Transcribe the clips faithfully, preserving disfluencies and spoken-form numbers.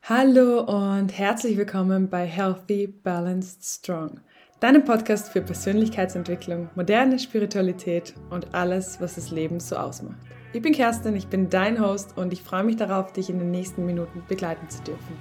Hallo und herzlich willkommen bei Healthy, Balanced, Strong, deinem Podcast für Persönlichkeitsentwicklung, moderne Spiritualität und alles, was das Leben so ausmacht. Ich bin Kerstin, ich bin dein Host und ich freue mich darauf, dich in den nächsten Minuten begleiten zu dürfen.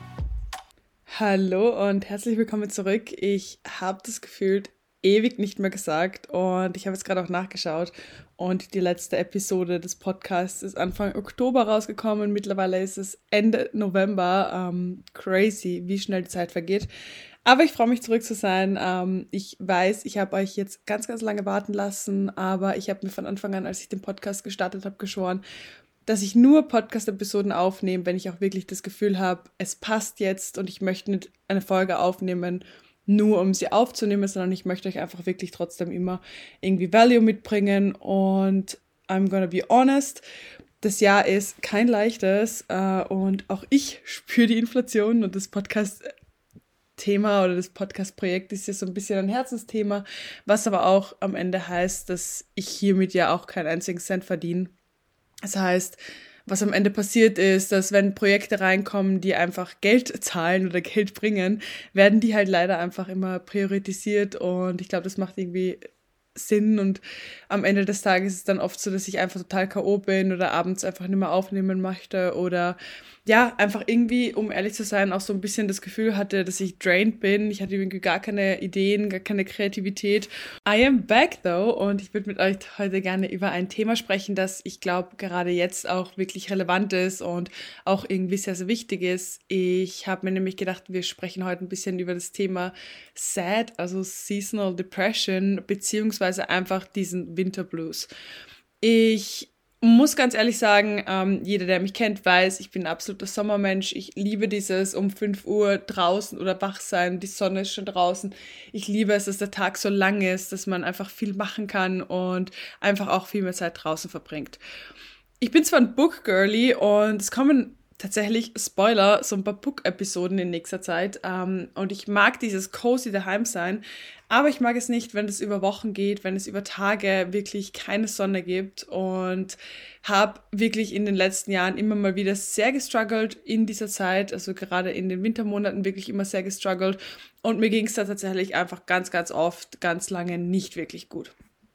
Hallo und herzlich willkommen zurück. Ich habe das Gefühl, ewig nicht mehr gesagt und ich habe jetzt gerade auch nachgeschaut und die letzte Episode des Podcasts ist Anfang Oktober rausgekommen. Mittlerweile ist es Ende November. Ähm, crazy, wie schnell die Zeit vergeht. Aber ich freue mich, zurück zu sein. Ähm, ich weiß, ich habe euch jetzt ganz, ganz lange warten lassen, aber ich habe mir von Anfang an, als ich den Podcast gestartet habe, geschworen, dass ich nur Podcast-Episoden aufnehme, wenn ich auch wirklich das Gefühl habe, es passt jetzt und ich möchte nicht eine Folge aufnehmen, nur um sie aufzunehmen, sondern ich möchte euch einfach wirklich trotzdem immer irgendwie Value mitbringen und I'm gonna be honest, das Jahr ist kein leichtes äh, und auch ich spüre die Inflation und das Podcast-Thema oder das Podcast-Projekt ist ja so ein bisschen ein Herzensthema, was aber auch am Ende heißt, dass ich hiermit ja auch keinen einzigen Cent verdiene. Das heißt, was am Ende passiert ist, dass wenn Projekte reinkommen, die einfach Geld zahlen oder Geld bringen, werden die halt leider einfach immer priorisiert und ich glaube, das macht irgendwie Sinn und am Ende des Tages ist es dann oft so, dass ich einfach total K O bin oder abends einfach nicht mehr aufnehmen möchte oder ja, einfach irgendwie, um ehrlich zu sein, auch so ein bisschen das Gefühl hatte, dass ich drained bin. Ich hatte irgendwie gar keine Ideen, gar keine Kreativität. I am back though und ich würde mit euch heute gerne über ein Thema sprechen, das ich glaube gerade jetzt auch wirklich relevant ist und auch irgendwie sehr, sehr wichtig ist. Ich habe mir nämlich gedacht, wir sprechen heute ein bisschen über das Thema S A D, also Seasonal Depression, beziehungsweise einfach diesen Winter Blues. Ich muss ganz ehrlich sagen, ähm, jeder, der mich kennt, weiß, ich bin ein absoluter Sommermensch. Ich liebe dieses um fünf Uhr draußen oder wach sein, die Sonne ist schon draußen. Ich liebe es, dass der Tag so lang ist, dass man einfach viel machen kann und einfach auch viel mehr Zeit draußen verbringt. Ich bin zwar ein Book-Girly und es kommen tatsächlich, Spoiler, so ein paar Book-Episoden in nächster Zeit. Ähm, und ich mag dieses cozy daheim sein, aber ich mag es nicht, wenn es über Wochen geht, wenn es über Tage wirklich keine Sonne gibt und habe wirklich in den letzten Jahren immer mal wieder sehr gestruggelt in dieser Zeit, also gerade in den Wintermonaten wirklich immer sehr gestruggelt und mir ging es da tatsächlich einfach ganz, ganz oft, ganz lange nicht wirklich gut.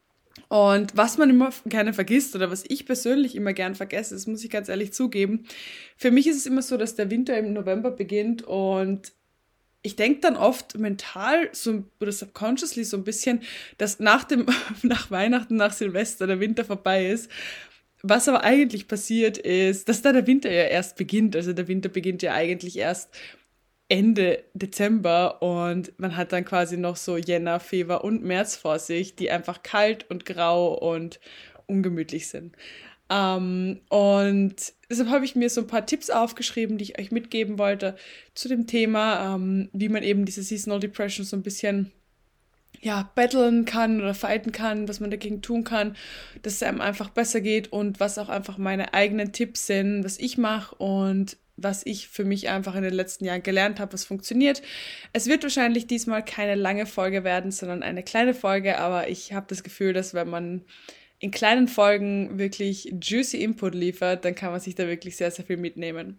Und was man immer gerne vergisst oder was ich persönlich immer gern vergesse, das muss ich ganz ehrlich zugeben, für mich ist es immer so, dass der Winter im November beginnt und ich denke dann oft mental so oder subconsciously so ein bisschen, dass nach dem nach Weihnachten, nach Silvester der Winter vorbei ist. Was aber eigentlich passiert ist, dass da der Winter ja erst beginnt. Also der Winter beginnt ja eigentlich erst Ende Dezember und man hat dann quasi noch so Jänner, Februar und März vor sich, die einfach kalt und grau und ungemütlich sind. Ähm, und deshalb habe ich mir so ein paar Tipps aufgeschrieben, die ich euch mitgeben wollte zu dem Thema, ähm, wie man eben diese Seasonal Depression so ein bisschen ja, battlen kann oder fighten kann, was man dagegen tun kann, dass es einem einfach besser geht und was auch einfach meine eigenen Tipps sind, was ich mache und was ich für mich einfach in den letzten Jahren gelernt habe, was funktioniert. Es wird wahrscheinlich diesmal keine lange Folge werden, sondern eine kleine Folge, aber ich habe das Gefühl, dass wenn man in kleinen Folgen wirklich juicy Input liefert, dann kann man sich da wirklich sehr, sehr viel mitnehmen.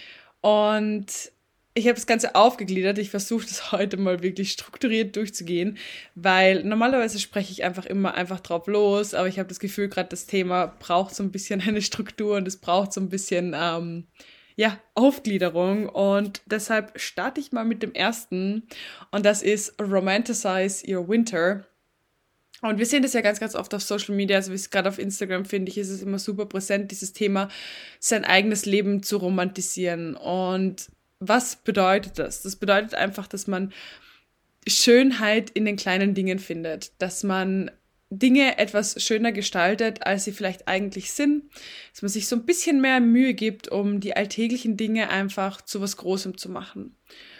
Und ich habe das Ganze aufgegliedert. Ich versuche das heute mal wirklich strukturiert durchzugehen, weil normalerweise spreche ich einfach immer einfach drauf los, aber ich habe das Gefühl, gerade das Thema braucht so ein bisschen eine Struktur und es braucht so ein bisschen ähm, ja, Aufgliederung und deshalb starte ich mal mit dem ersten und das ist Romanticize Your Winter. Und wir sehen das ja ganz, ganz oft auf Social Media, also gerade auf Instagram, finde ich, ist es immer super präsent, dieses Thema, sein eigenes Leben zu romantisieren. Und was bedeutet das? Das bedeutet einfach, dass man Schönheit in den kleinen Dingen findet, dass man Dinge etwas schöner gestaltet, als sie vielleicht eigentlich sind, dass man sich so ein bisschen mehr Mühe gibt, um die alltäglichen Dinge einfach zu was Großem zu machen.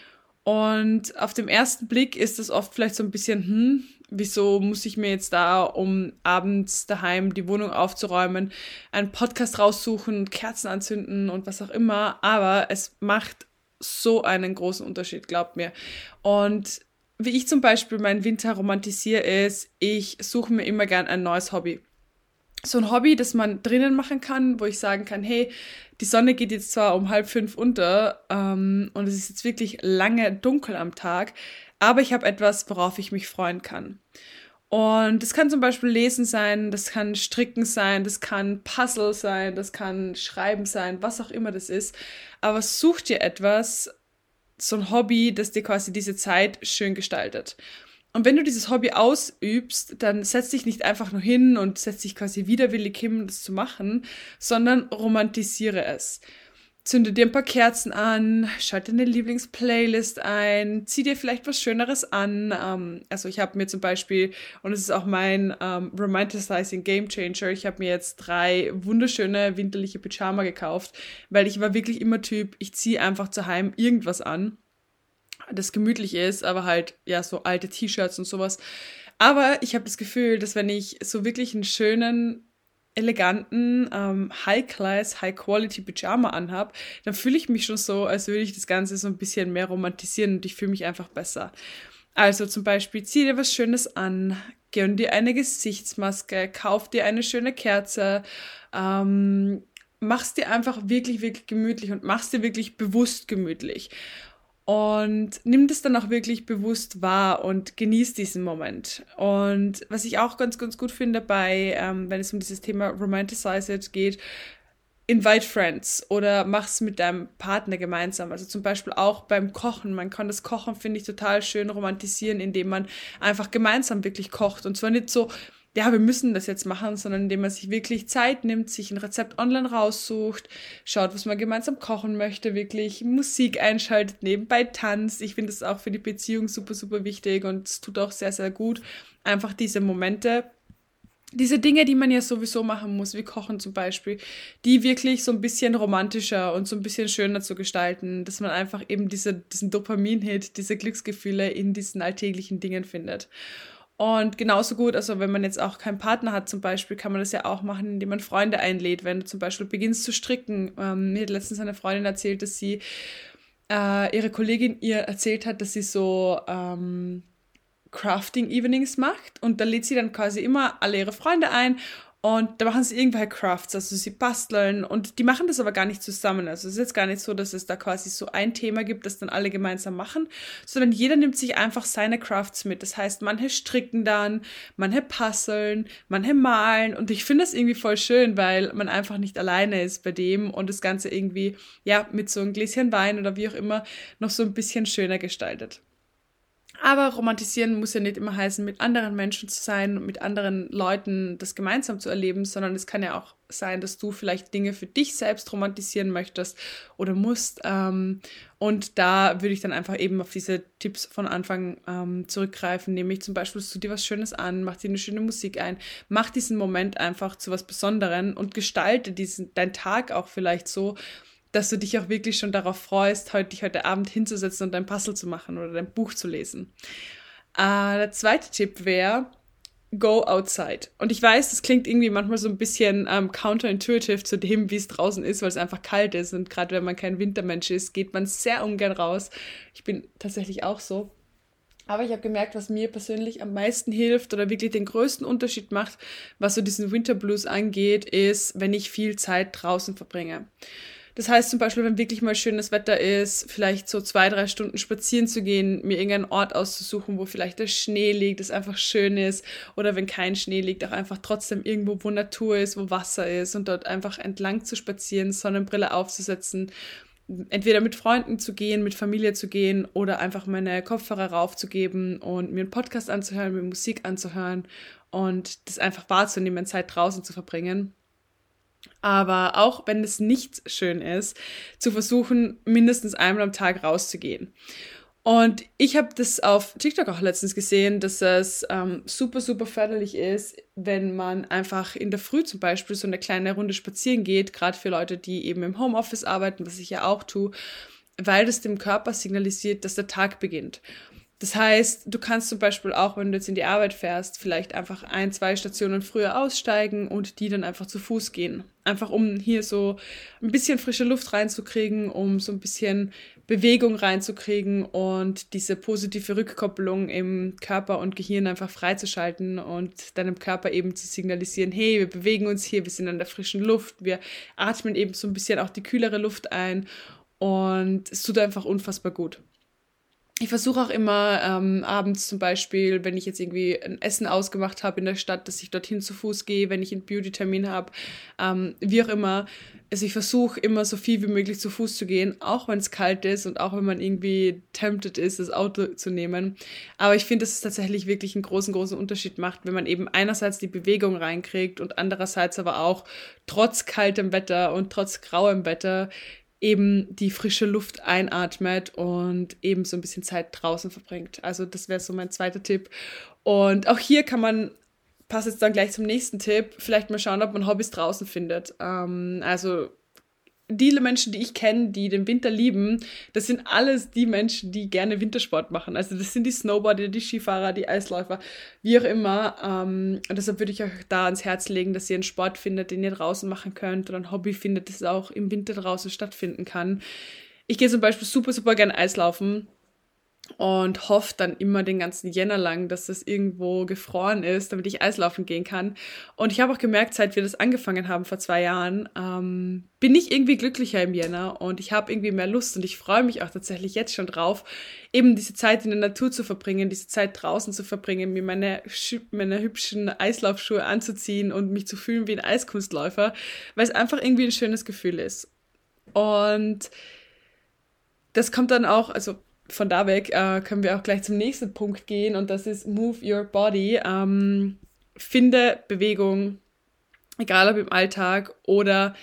Und auf dem ersten Blick ist das oft vielleicht so ein bisschen, hm, wieso muss ich mir jetzt da, um abends daheim die Wohnung aufzuräumen, einen Podcast raussuchen, Kerzen anzünden und was auch immer. Aber es macht so einen großen Unterschied, glaubt mir. Und wie ich zum Beispiel meinen Winter romantisiere, ist, ich suche mir immer gern ein neues Hobby. so ein Hobby, das man drinnen machen kann, wo ich sagen kann, hey, die Sonne geht jetzt zwar um halb fünf unter ähm, und es ist jetzt wirklich lange dunkel am Tag, aber ich habe etwas, worauf ich mich freuen kann. Und das kann zum Beispiel Lesen sein, das kann Stricken sein, das kann Puzzle sein, das kann Schreiben sein, was auch immer das ist. Aber such dir etwas, so ein Hobby, das dir quasi diese Zeit schön gestaltet. Und wenn du dieses Hobby ausübst, dann setz dich nicht einfach nur hin und setz dich quasi widerwillig hin, das zu machen, sondern romantisiere es. Zünde dir ein paar Kerzen an, schalte deine Lieblingsplaylist ein, zieh dir vielleicht was Schöneres an. Ähm, also ich habe mir zum Beispiel, und es ist auch mein ähm, Romanticizing Game Changer, ich habe mir jetzt drei wunderschöne winterliche Pyjama gekauft, weil ich war wirklich immer Typ, ich ziehe einfach zu Heim irgendwas an, das gemütlich ist, aber halt, ja, so alte T-Shirts und sowas. Aber ich habe das Gefühl, dass wenn ich so wirklich einen schönen, eleganten, ähm, High-Class, High-Quality-Pyjama anhab, dann fühle ich mich schon so, als würde ich das Ganze so ein bisschen mehr romantisieren und ich fühle mich einfach besser. Also zum Beispiel, zieh dir was Schönes an, gönn dir eine Gesichtsmaske, kauf dir eine schöne Kerze, ähm, mach's dir einfach wirklich, wirklich gemütlich und mach's dir wirklich bewusst gemütlich. Und nimm das dann auch wirklich bewusst wahr und genieß diesen Moment. Und was ich auch ganz, ganz gut finde bei, ähm, wenn es um dieses Thema Romanticize It geht, invite friends oder mach's mit deinem Partner gemeinsam. Also zum Beispiel auch beim Kochen. Man kann das Kochen, finde ich, total schön romantisieren, indem man einfach gemeinsam wirklich kocht. Und zwar nicht so, ja, wir müssen das jetzt machen, sondern indem man sich wirklich Zeit nimmt, sich ein Rezept online raussucht, schaut, was man gemeinsam kochen möchte, wirklich Musik einschaltet, nebenbei tanzt. Ich finde das auch für die Beziehung super, super wichtig und es tut auch sehr, sehr gut, einfach diese Momente, diese Dinge, die man ja sowieso machen muss, wie Kochen zum Beispiel, die wirklich so ein bisschen romantischer und so ein bisschen schöner zu gestalten, dass man einfach eben diese, diesen Dopamin-Hit, diese Glücksgefühle in diesen alltäglichen Dingen findet. Und genauso gut, also wenn man jetzt auch keinen Partner hat zum Beispiel, kann man das ja auch machen, indem man Freunde einlädt. Wenn du zum Beispiel beginnst zu stricken. Ähm, mir hat letztens eine Freundin erzählt, dass sie, äh, ihre Kollegin ihr erzählt hat, dass sie so ähm, Crafting-Evenings macht. Und da lädt sie dann quasi immer alle ihre Freunde ein. Und da machen sie irgendwelche Crafts, also sie basteln und die machen das aber gar nicht zusammen. Also es ist jetzt gar nicht so, dass es da quasi so ein Thema gibt, das dann alle gemeinsam machen, sondern jeder nimmt sich einfach seine Crafts mit. Das heißt, manche stricken dann, manche puzzeln, manche malen und ich finde das irgendwie voll schön, weil man einfach nicht alleine ist bei dem und das Ganze irgendwie, ja, mit so einem Gläschen Wein oder wie auch immer noch so ein bisschen schöner gestaltet. Aber romantisieren muss ja nicht immer heißen, mit anderen Menschen zu sein und mit anderen Leuten das gemeinsam zu erleben, sondern es kann ja auch sein, dass du vielleicht Dinge für dich selbst romantisieren möchtest oder musst. Ähm, und da würde ich dann einfach eben auf diese Tipps von Anfang ähm, zurückgreifen, nämlich zum Beispiel, du dir was Schönes an, mach dir eine schöne Musik ein, mach diesen Moment einfach zu was Besonderem und gestalte diesen, deinen Tag auch vielleicht so, dass du dich auch wirklich schon darauf freust, heute, dich heute Abend hinzusetzen und dein Puzzle zu machen oder dein Buch zu lesen. Äh, der zweite Tipp wäre, go outside. Und ich weiß, das klingt irgendwie manchmal so ein bisschen ähm, counterintuitive zu dem, wie es draußen ist, weil es einfach kalt ist. Und gerade wenn man kein Wintermensch ist, geht man sehr ungern raus. Ich bin tatsächlich auch so. Aber ich habe gemerkt, was mir persönlich am meisten hilft oder wirklich den größten Unterschied macht, was so diesen Winterblues angeht, ist, wenn ich viel Zeit draußen verbringe. Das heißt zum Beispiel, wenn wirklich mal schönes Wetter ist, vielleicht so zwei, drei Stunden spazieren zu gehen, mir irgendeinen Ort auszusuchen, wo vielleicht der Schnee liegt, das einfach schön ist. Oder wenn kein Schnee liegt, auch einfach trotzdem irgendwo, wo Natur ist, wo Wasser ist und dort einfach entlang zu spazieren, Sonnenbrille aufzusetzen, entweder mit Freunden zu gehen, mit Familie zu gehen oder einfach meine Kopfhörer raufzugeben und mir einen Podcast anzuhören, mir Musik anzuhören und das einfach wahrzunehmen, Zeit draußen zu verbringen. Aber auch wenn es nicht schön ist, zu versuchen, mindestens einmal am Tag rauszugehen. Und ich habe das auf TikTok auch letztens gesehen, dass es ähm, super, super förderlich ist, wenn man einfach in der Früh zum Beispiel so eine kleine Runde spazieren geht, gerade für Leute, die eben im Homeoffice arbeiten, was ich ja auch tue, weil das dem Körper signalisiert, dass der Tag beginnt. Das heißt, du kannst zum Beispiel auch, wenn du jetzt in die Arbeit fährst, vielleicht einfach ein, zwei Stationen früher aussteigen und die dann einfach zu Fuß gehen. Einfach um hier so ein bisschen frische Luft reinzukriegen, um so ein bisschen Bewegung reinzukriegen und diese positive Rückkopplung im Körper und Gehirn einfach freizuschalten und deinem Körper eben zu signalisieren, hey, wir bewegen uns hier, wir sind an der frischen Luft, wir atmen eben so ein bisschen auch die kühlere Luft ein und es tut einfach unfassbar gut. Ich versuche auch immer ähm, abends zum Beispiel, wenn ich jetzt irgendwie ein Essen ausgemacht habe in der Stadt, dass ich dorthin zu Fuß gehe, wenn ich einen Beauty-Termin habe, ähm, wie auch immer. Also ich versuche immer so viel wie möglich zu Fuß zu gehen, auch wenn es kalt ist und auch wenn man irgendwie tempted ist, das Auto zu nehmen. Aber ich finde, dass es tatsächlich wirklich einen großen, großen Unterschied macht, wenn man eben einerseits die Bewegung reinkriegt und andererseits aber auch trotz kaltem Wetter und trotz grauem Wetter eben die frische Luft einatmet und eben so ein bisschen Zeit draußen verbringt. Also das wäre so mein zweiter Tipp. Und auch hier kann man, passt jetzt dann gleich zum nächsten Tipp, vielleicht mal schauen, ob man Hobbys draußen findet. Ähm, also die Menschen, die ich kenne, die den Winter lieben, das sind alles die Menschen, die gerne Wintersport machen. Also das sind die Snowboarder, die Skifahrer, die Eisläufer, wie auch immer. Ähm, und deshalb würde ich euch da ans Herz legen, dass ihr einen Sport findet, den ihr draußen machen könnt oder ein Hobby findet, das auch im Winter draußen stattfinden kann. Ich gehe zum Beispiel super, super gerne Eislaufen und hoffe dann immer den ganzen Jänner lang, dass das irgendwo gefroren ist, damit ich Eislaufen gehen kann. Und ich habe auch gemerkt, seit wir das angefangen haben vor zwei Jahren, ähm, bin ich irgendwie glücklicher im Jänner und ich habe irgendwie mehr Lust und ich freue mich auch tatsächlich jetzt schon drauf, eben diese Zeit in der Natur zu verbringen, diese Zeit draußen zu verbringen, mir meine, meine hübschen Eislaufschuhe anzuziehen und mich zu fühlen wie ein Eiskunstläufer, weil es einfach irgendwie ein schönes Gefühl ist. Und das kommt dann auch, also von da weg äh, können wir auch gleich zum nächsten Punkt gehen und das ist Move Your Body. Ähm, finde Bewegung, egal ob im Alltag oder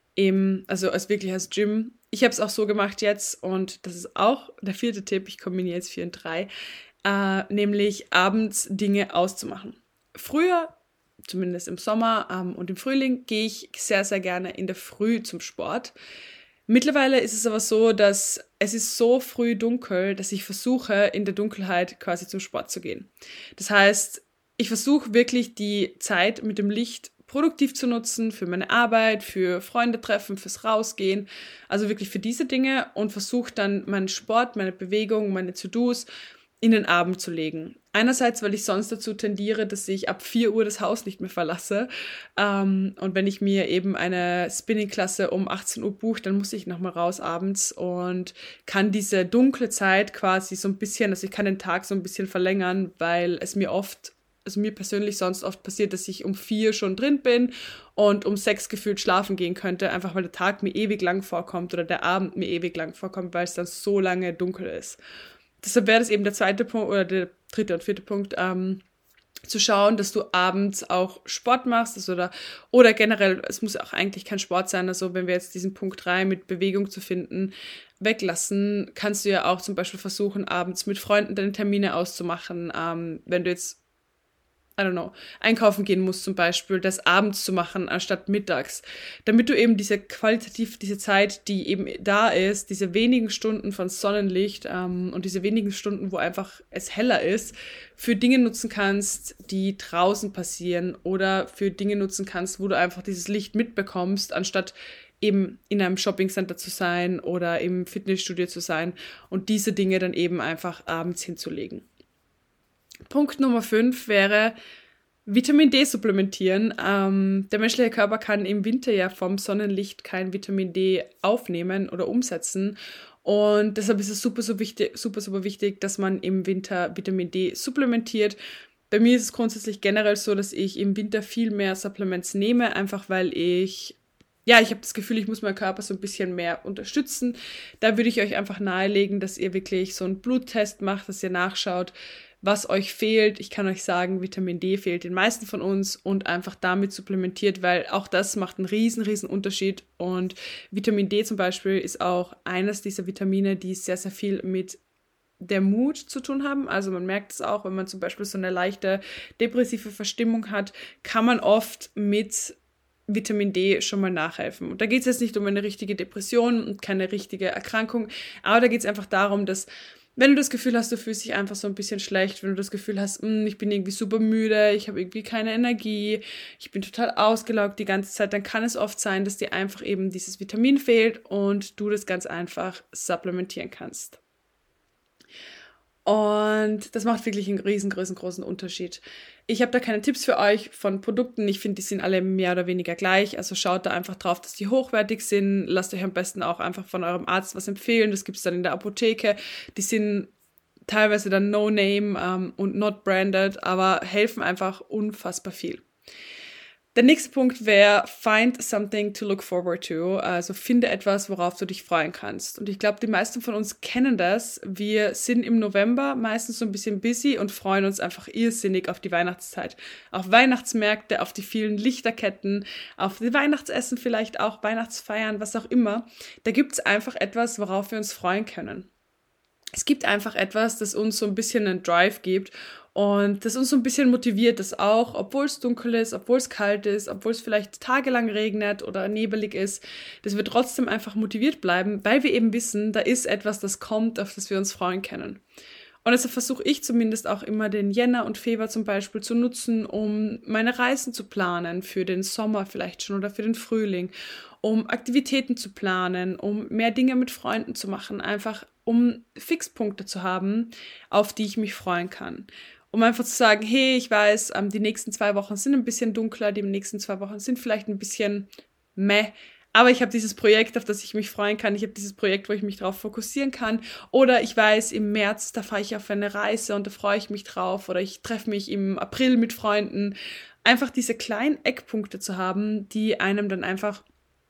im, also als wirklich als Gym. Ich habe es auch so gemacht jetzt und das ist auch der vierte Tipp, ich kombiniere jetzt vier und drei, äh, nämlich abends Dinge auszumachen. Früher, zumindest im Sommer ähm, und im Frühling, gehe ich sehr, sehr gerne in der Früh zum Sport. Mittlerweile ist es aber so, dass es ist so früh dunkel, dass ich versuche, in der Dunkelheit quasi zum Sport zu gehen. Das heißt, ich versuche wirklich die Zeit mit dem Licht produktiv zu nutzen für meine Arbeit, für Freunde treffen, fürs Rausgehen, also wirklich für diese Dinge und versuche dann meinen Sport, meine Bewegung, meine To-Dos in den Abend zu legen. Einerseits, weil ich sonst dazu tendiere, dass ich ab vier Uhr das Haus nicht mehr verlasse. Ähm, und wenn ich mir eben eine Spinning-Klasse um achtzehn Uhr buche, dann muss ich nochmal raus abends und kann diese dunkle Zeit quasi so ein bisschen, also ich kann den Tag so ein bisschen verlängern, weil es mir oft, also mir persönlich sonst oft passiert, dass ich um vier schon drin bin und um sechs gefühlt schlafen gehen könnte, einfach weil der Tag mir ewig lang vorkommt oder der Abend mir ewig lang vorkommt, weil es dann so lange dunkel ist. Deshalb wäre das eben der zweite Punkt oder der dritte und vierte Punkt, ähm, zu schauen, dass du abends auch Sport machst, also oder, oder generell, es muss auch eigentlich kein Sport sein, also wenn wir jetzt diesen Punkt drei mit Bewegung zu finden weglassen, kannst du ja auch zum Beispiel versuchen, abends mit Freunden deine Termine auszumachen, ähm, wenn du jetzt I don't know, einkaufen gehen musst zum Beispiel, das abends zu machen anstatt mittags, damit du eben diese qualitativ, diese Zeit, die eben da ist, diese wenigen Stunden von Sonnenlicht ähm, und diese wenigen Stunden, wo einfach es heller ist, für Dinge nutzen kannst, die draußen passieren oder für Dinge nutzen kannst, wo du einfach dieses Licht mitbekommst, anstatt eben in einem Shoppingcenter zu sein oder im Fitnessstudio zu sein und diese Dinge dann eben einfach abends hinzulegen. Punkt Nummer fünf wäre Vitamin D supplementieren. Ähm, der menschliche Körper kann im Winter ja vom Sonnenlicht kein Vitamin D aufnehmen oder umsetzen. Und deshalb ist es super, super wichtig, super, super wichtig, dass man im Winter Vitamin D supplementiert. Bei mir ist es grundsätzlich generell so, dass ich im Winter viel mehr Supplements nehme, einfach weil ich Ja, ich habe das Gefühl, ich muss meinen Körper so ein bisschen mehr unterstützen. Da würde ich euch einfach nahelegen, dass ihr wirklich so einen Bluttest macht, dass ihr nachschaut, was euch fehlt. Ich kann euch sagen, Vitamin D fehlt den meisten von uns und einfach damit supplementiert, weil auch das macht einen riesen, riesen Unterschied. Und Vitamin D zum Beispiel ist auch eines dieser Vitamine, die sehr, sehr viel mit der Mut zu tun haben. Also man merkt es auch, wenn man zum Beispiel so eine leichte depressive Verstimmung hat, kann man oft mit Vitamin D schon mal nachhelfen. Und da geht es jetzt nicht um eine richtige Depression und keine richtige Erkrankung, aber da geht es einfach darum, dass Wenn du das Gefühl hast, du fühlst dich einfach so ein bisschen schlecht, wenn du das Gefühl hast, ich bin irgendwie super müde, ich habe irgendwie keine Energie, ich bin total ausgelaugt die ganze Zeit, dann kann es oft sein, dass dir einfach eben dieses Vitamin fehlt und du das ganz einfach supplementieren kannst. Und das macht wirklich einen riesengroßen großen Unterschied. Ich habe da keine Tipps für euch von Produkten. Ich finde, die sind alle mehr oder weniger gleich. Also schaut da einfach drauf, dass die hochwertig sind. Lasst euch am besten auch einfach von eurem Arzt was empfehlen. Das gibt es dann in der Apotheke. Die sind teilweise dann No-Name ähm, und not branded, aber helfen einfach unfassbar viel. Der nächste Punkt wäre, find something to look forward to. Also finde etwas, worauf du dich freuen kannst. Und ich glaube, die meisten von uns kennen das. Wir sind im November meistens so ein bisschen busy und freuen uns einfach irrsinnig auf die Weihnachtszeit. Auf Weihnachtsmärkte, auf die vielen Lichterketten, auf die Weihnachtsessen vielleicht auch, Weihnachtsfeiern, was auch immer. Da gibt es einfach etwas, worauf wir uns freuen können. Es gibt einfach etwas, das uns so ein bisschen einen Drive gibt und das uns so ein bisschen motiviert, dass auch, obwohl es dunkel ist, obwohl es kalt ist, obwohl es vielleicht tagelang regnet oder nebelig ist, dass wir trotzdem einfach motiviert bleiben, weil wir eben wissen, da ist etwas, das kommt, auf das wir uns freuen können. Und deshalb versuche ich zumindest auch immer den Jänner und Februar zum Beispiel zu nutzen, um meine Reisen zu planen, für den Sommer vielleicht schon oder für den Frühling, um Aktivitäten zu planen, um mehr Dinge mit Freunden zu machen, einfach um Fixpunkte zu haben, auf die ich mich freuen kann. Um einfach zu sagen, hey, ich weiß, die nächsten zwei Wochen sind ein bisschen dunkler, die nächsten zwei Wochen sind vielleicht ein bisschen meh, aber ich habe dieses Projekt, auf das ich mich freuen kann. Ich habe dieses Projekt, wo ich mich drauf fokussieren kann. Oder ich weiß, im März, da fahre ich auf eine Reise und da freue ich mich drauf. Oder ich treffe mich im April mit Freunden. Einfach diese kleinen Eckpunkte zu haben, die einem dann einfach,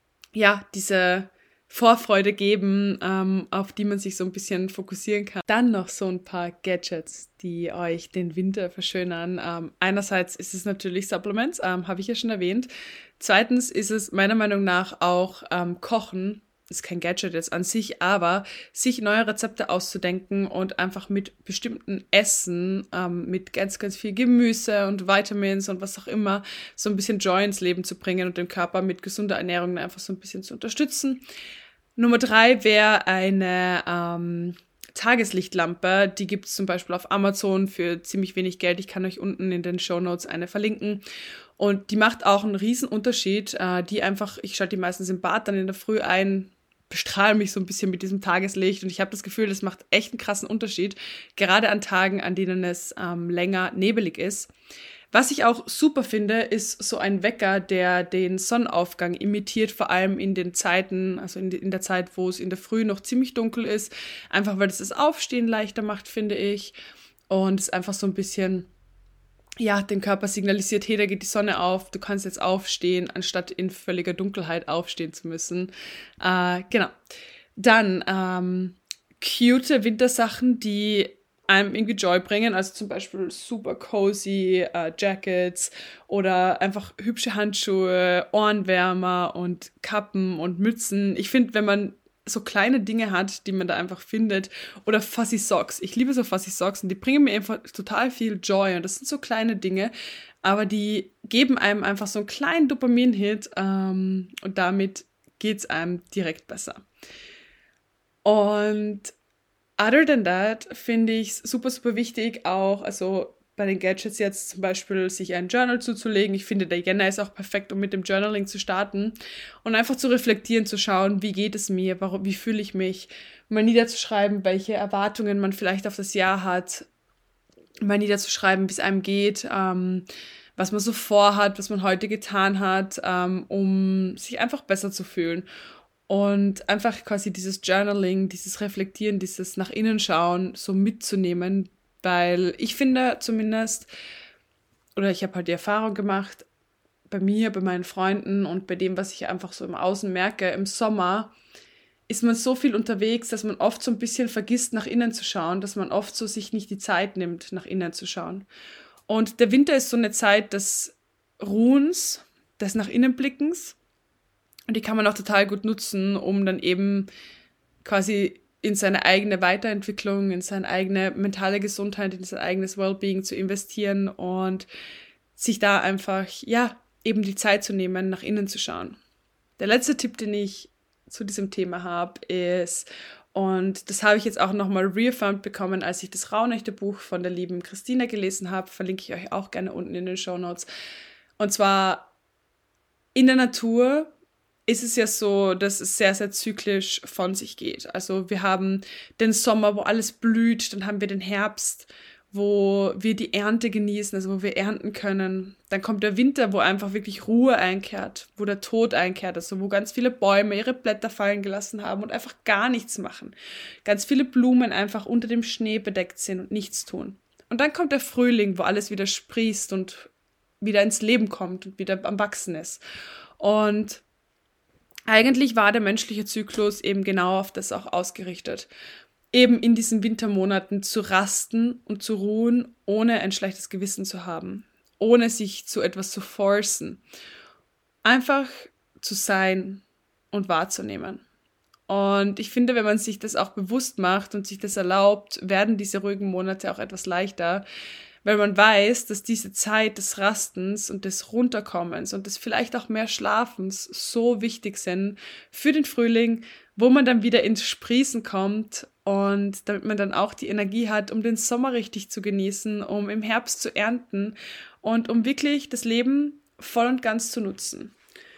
ja, diese Vorfreude geben, ähm, auf die man sich so ein bisschen fokussieren kann. Dann noch so ein paar Gadgets, die euch den Winter verschönern. Ähm, einerseits ist es natürlich Supplements, ähm, habe ich ja schon erwähnt. Zweitens ist es meiner Meinung nach auch ähm, Kochen. Ist kein Gadget jetzt an sich, aber sich neue Rezepte auszudenken und einfach mit bestimmten Essen, ähm, mit ganz, ganz viel Gemüse und Vitamins und was auch immer, so ein bisschen Joy ins Leben zu bringen und den Körper mit gesunder Ernährung einfach so ein bisschen zu unterstützen. Nummer drei wäre eine ähm, Tageslichtlampe. Die gibt es zum Beispiel auf Amazon für ziemlich wenig Geld. Ich kann euch unten in den Shownotes eine verlinken. Und die macht auch einen riesen Unterschied. Äh, die einfach, ich schalte die meistens im Bad dann in der Früh ein, bestrahle mich so ein bisschen mit diesem Tageslicht und ich habe das Gefühl, das macht echt einen krassen Unterschied, gerade an Tagen, an denen es ähm, länger nebelig ist. Was ich auch super finde, ist so ein Wecker, der den Sonnenaufgang imitiert, vor allem in den Zeiten, also in, in der Zeit, wo es in der Früh noch ziemlich dunkel ist, einfach weil es das Aufstehen leichter macht, finde ich, und es einfach so ein bisschen, ja, den Körper signalisiert, hey, da geht die Sonne auf, du kannst jetzt aufstehen, anstatt in völliger Dunkelheit aufstehen zu müssen. Äh, genau. Dann ähm, cute Wintersachen, die einem irgendwie Joy bringen, also zum Beispiel super cozy äh, Jackets oder einfach hübsche Handschuhe, Ohrenwärmer und Kappen und Mützen. Ich finde, wenn man so kleine Dinge hat, die man da einfach findet, oder Fuzzy Socks. Ich liebe so Fuzzy Socks und die bringen mir einfach total viel Joy und das sind so kleine Dinge, aber die geben einem einfach so einen kleinen Dopamin-Hit ähm, und damit geht's einem direkt besser. Und other than that finde ich es super, super wichtig auch, also bei den Gadgets jetzt zum Beispiel sich ein Journal zuzulegen. Ich finde, der Jänner ist auch perfekt, um mit dem Journaling zu starten und einfach zu reflektieren, zu schauen, wie geht es mir, warum, wie fühle ich mich, mal niederzuschreiben, welche Erwartungen man vielleicht auf das Jahr hat, mal niederzuschreiben, wie es einem geht, ähm, was man so vorhat, was man heute getan hat, ähm, um sich einfach besser zu fühlen. Und einfach quasi dieses Journaling, dieses Reflektieren, dieses nach innen schauen, so mitzunehmen, weil ich finde zumindest, oder ich habe halt die Erfahrung gemacht, bei mir, bei meinen Freunden und bei dem, was ich einfach so im Außen merke, im Sommer ist man so viel unterwegs, dass man oft so ein bisschen vergisst, nach innen zu schauen, dass man oft so sich nicht die Zeit nimmt, nach innen zu schauen. Und der Winter ist so eine Zeit des Ruhens, des nach innen Blickens. Und die kann man auch total gut nutzen, um dann eben quasi in seine eigene Weiterentwicklung, in seine eigene mentale Gesundheit, in sein eigenes Wellbeing zu investieren und sich da einfach, ja, eben die Zeit zu nehmen, nach innen zu schauen. Der letzte Tipp, den ich zu diesem Thema habe, ist, Und das habe ich jetzt auch nochmal reaffirmed bekommen, als ich das Rauhnächte-Buch von der lieben Christina gelesen habe. Verlinke ich euch auch gerne unten in den Shownotes. Und zwar in der Natur ist es ja so, dass es sehr, sehr zyklisch von sich geht. Also wir haben den Sommer, wo alles blüht, dann haben wir den Herbst, wo wir die Ernte genießen, also wo wir ernten können. Dann kommt der Winter, wo einfach wirklich Ruhe einkehrt, wo der Tod einkehrt, also wo ganz viele Bäume ihre Blätter fallen gelassen haben und einfach gar nichts machen. Ganz viele Blumen einfach unter dem Schnee bedeckt sind und nichts tun. Und dann kommt der Frühling, wo alles wieder sprießt und wieder ins Leben kommt und wieder am Wachsen ist. Und eigentlich war der menschliche Zyklus eben genau auf das auch ausgerichtet. Eben in diesen Wintermonaten zu rasten und zu ruhen, ohne ein schlechtes Gewissen zu haben, ohne sich zu etwas zu forcen. Einfach zu sein und wahrzunehmen. Und ich finde, wenn man sich das auch bewusst macht und sich das erlaubt, werden diese ruhigen Monate auch etwas leichter, weil man weiß, dass diese Zeit des Rastens und des Runterkommens und des vielleicht auch mehr Schlafens so wichtig sind für den Frühling, wo man dann wieder ins Sprießen kommt und damit man dann auch die Energie hat, um den Sommer richtig zu genießen, um im Herbst zu ernten und um wirklich das Leben voll und ganz zu nutzen.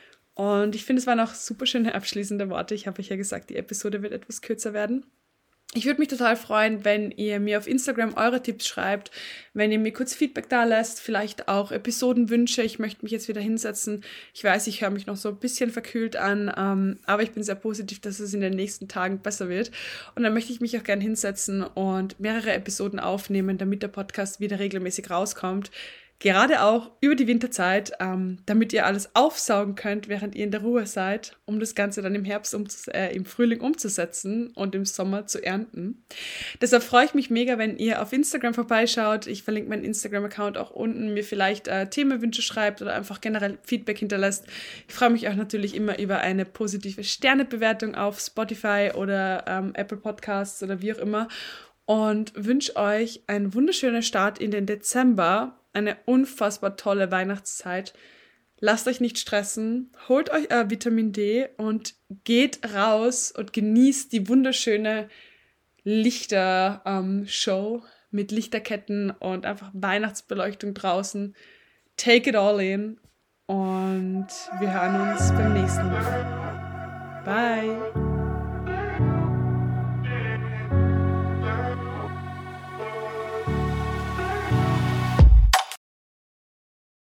Und ich finde, es waren auch super schöne abschließende Worte. Ich habe euch ja gesagt, die Episode wird etwas kürzer werden. Ich würde mich total freuen, wenn ihr mir auf Instagram eure Tipps schreibt, wenn ihr mir kurz Feedback da lasst, vielleicht auch Episodenwünsche. Ich möchte mich jetzt wieder hinsetzen. Ich weiß, ich höre mich noch so ein bisschen verkühlt an, ähm, aber ich bin sehr positiv, dass es in den nächsten Tagen besser wird. Und dann möchte ich mich auch gerne hinsetzen und mehrere Episoden aufnehmen, damit der Podcast wieder regelmäßig rauskommt. Gerade auch über die Winterzeit, ähm, damit ihr alles aufsaugen könnt, während ihr in der Ruhe seid, um das Ganze dann im Herbst, umzus- äh, im Frühling umzusetzen und im Sommer zu ernten. Deshalb freue ich mich mega, wenn ihr auf Instagram vorbeischaut. Ich verlinke meinen Instagram-Account auch unten, mir vielleicht äh, Themenwünsche schreibt oder einfach generell Feedback hinterlässt. Ich freue mich auch natürlich immer über eine positive Sternebewertung auf Spotify oder ähm, Apple Podcasts oder wie auch immer. Und wünsche euch einen wunderschönen Start in den Dezember, eine unfassbar tolle Weihnachtszeit. Lasst euch nicht stressen, holt euch äh, Vitamin D und geht raus und genießt die wunderschöne Lichter-Show ähm, mit Lichterketten und einfach Weihnachtsbeleuchtung draußen. Take it all in und wir hören uns beim nächsten Mal. Bye!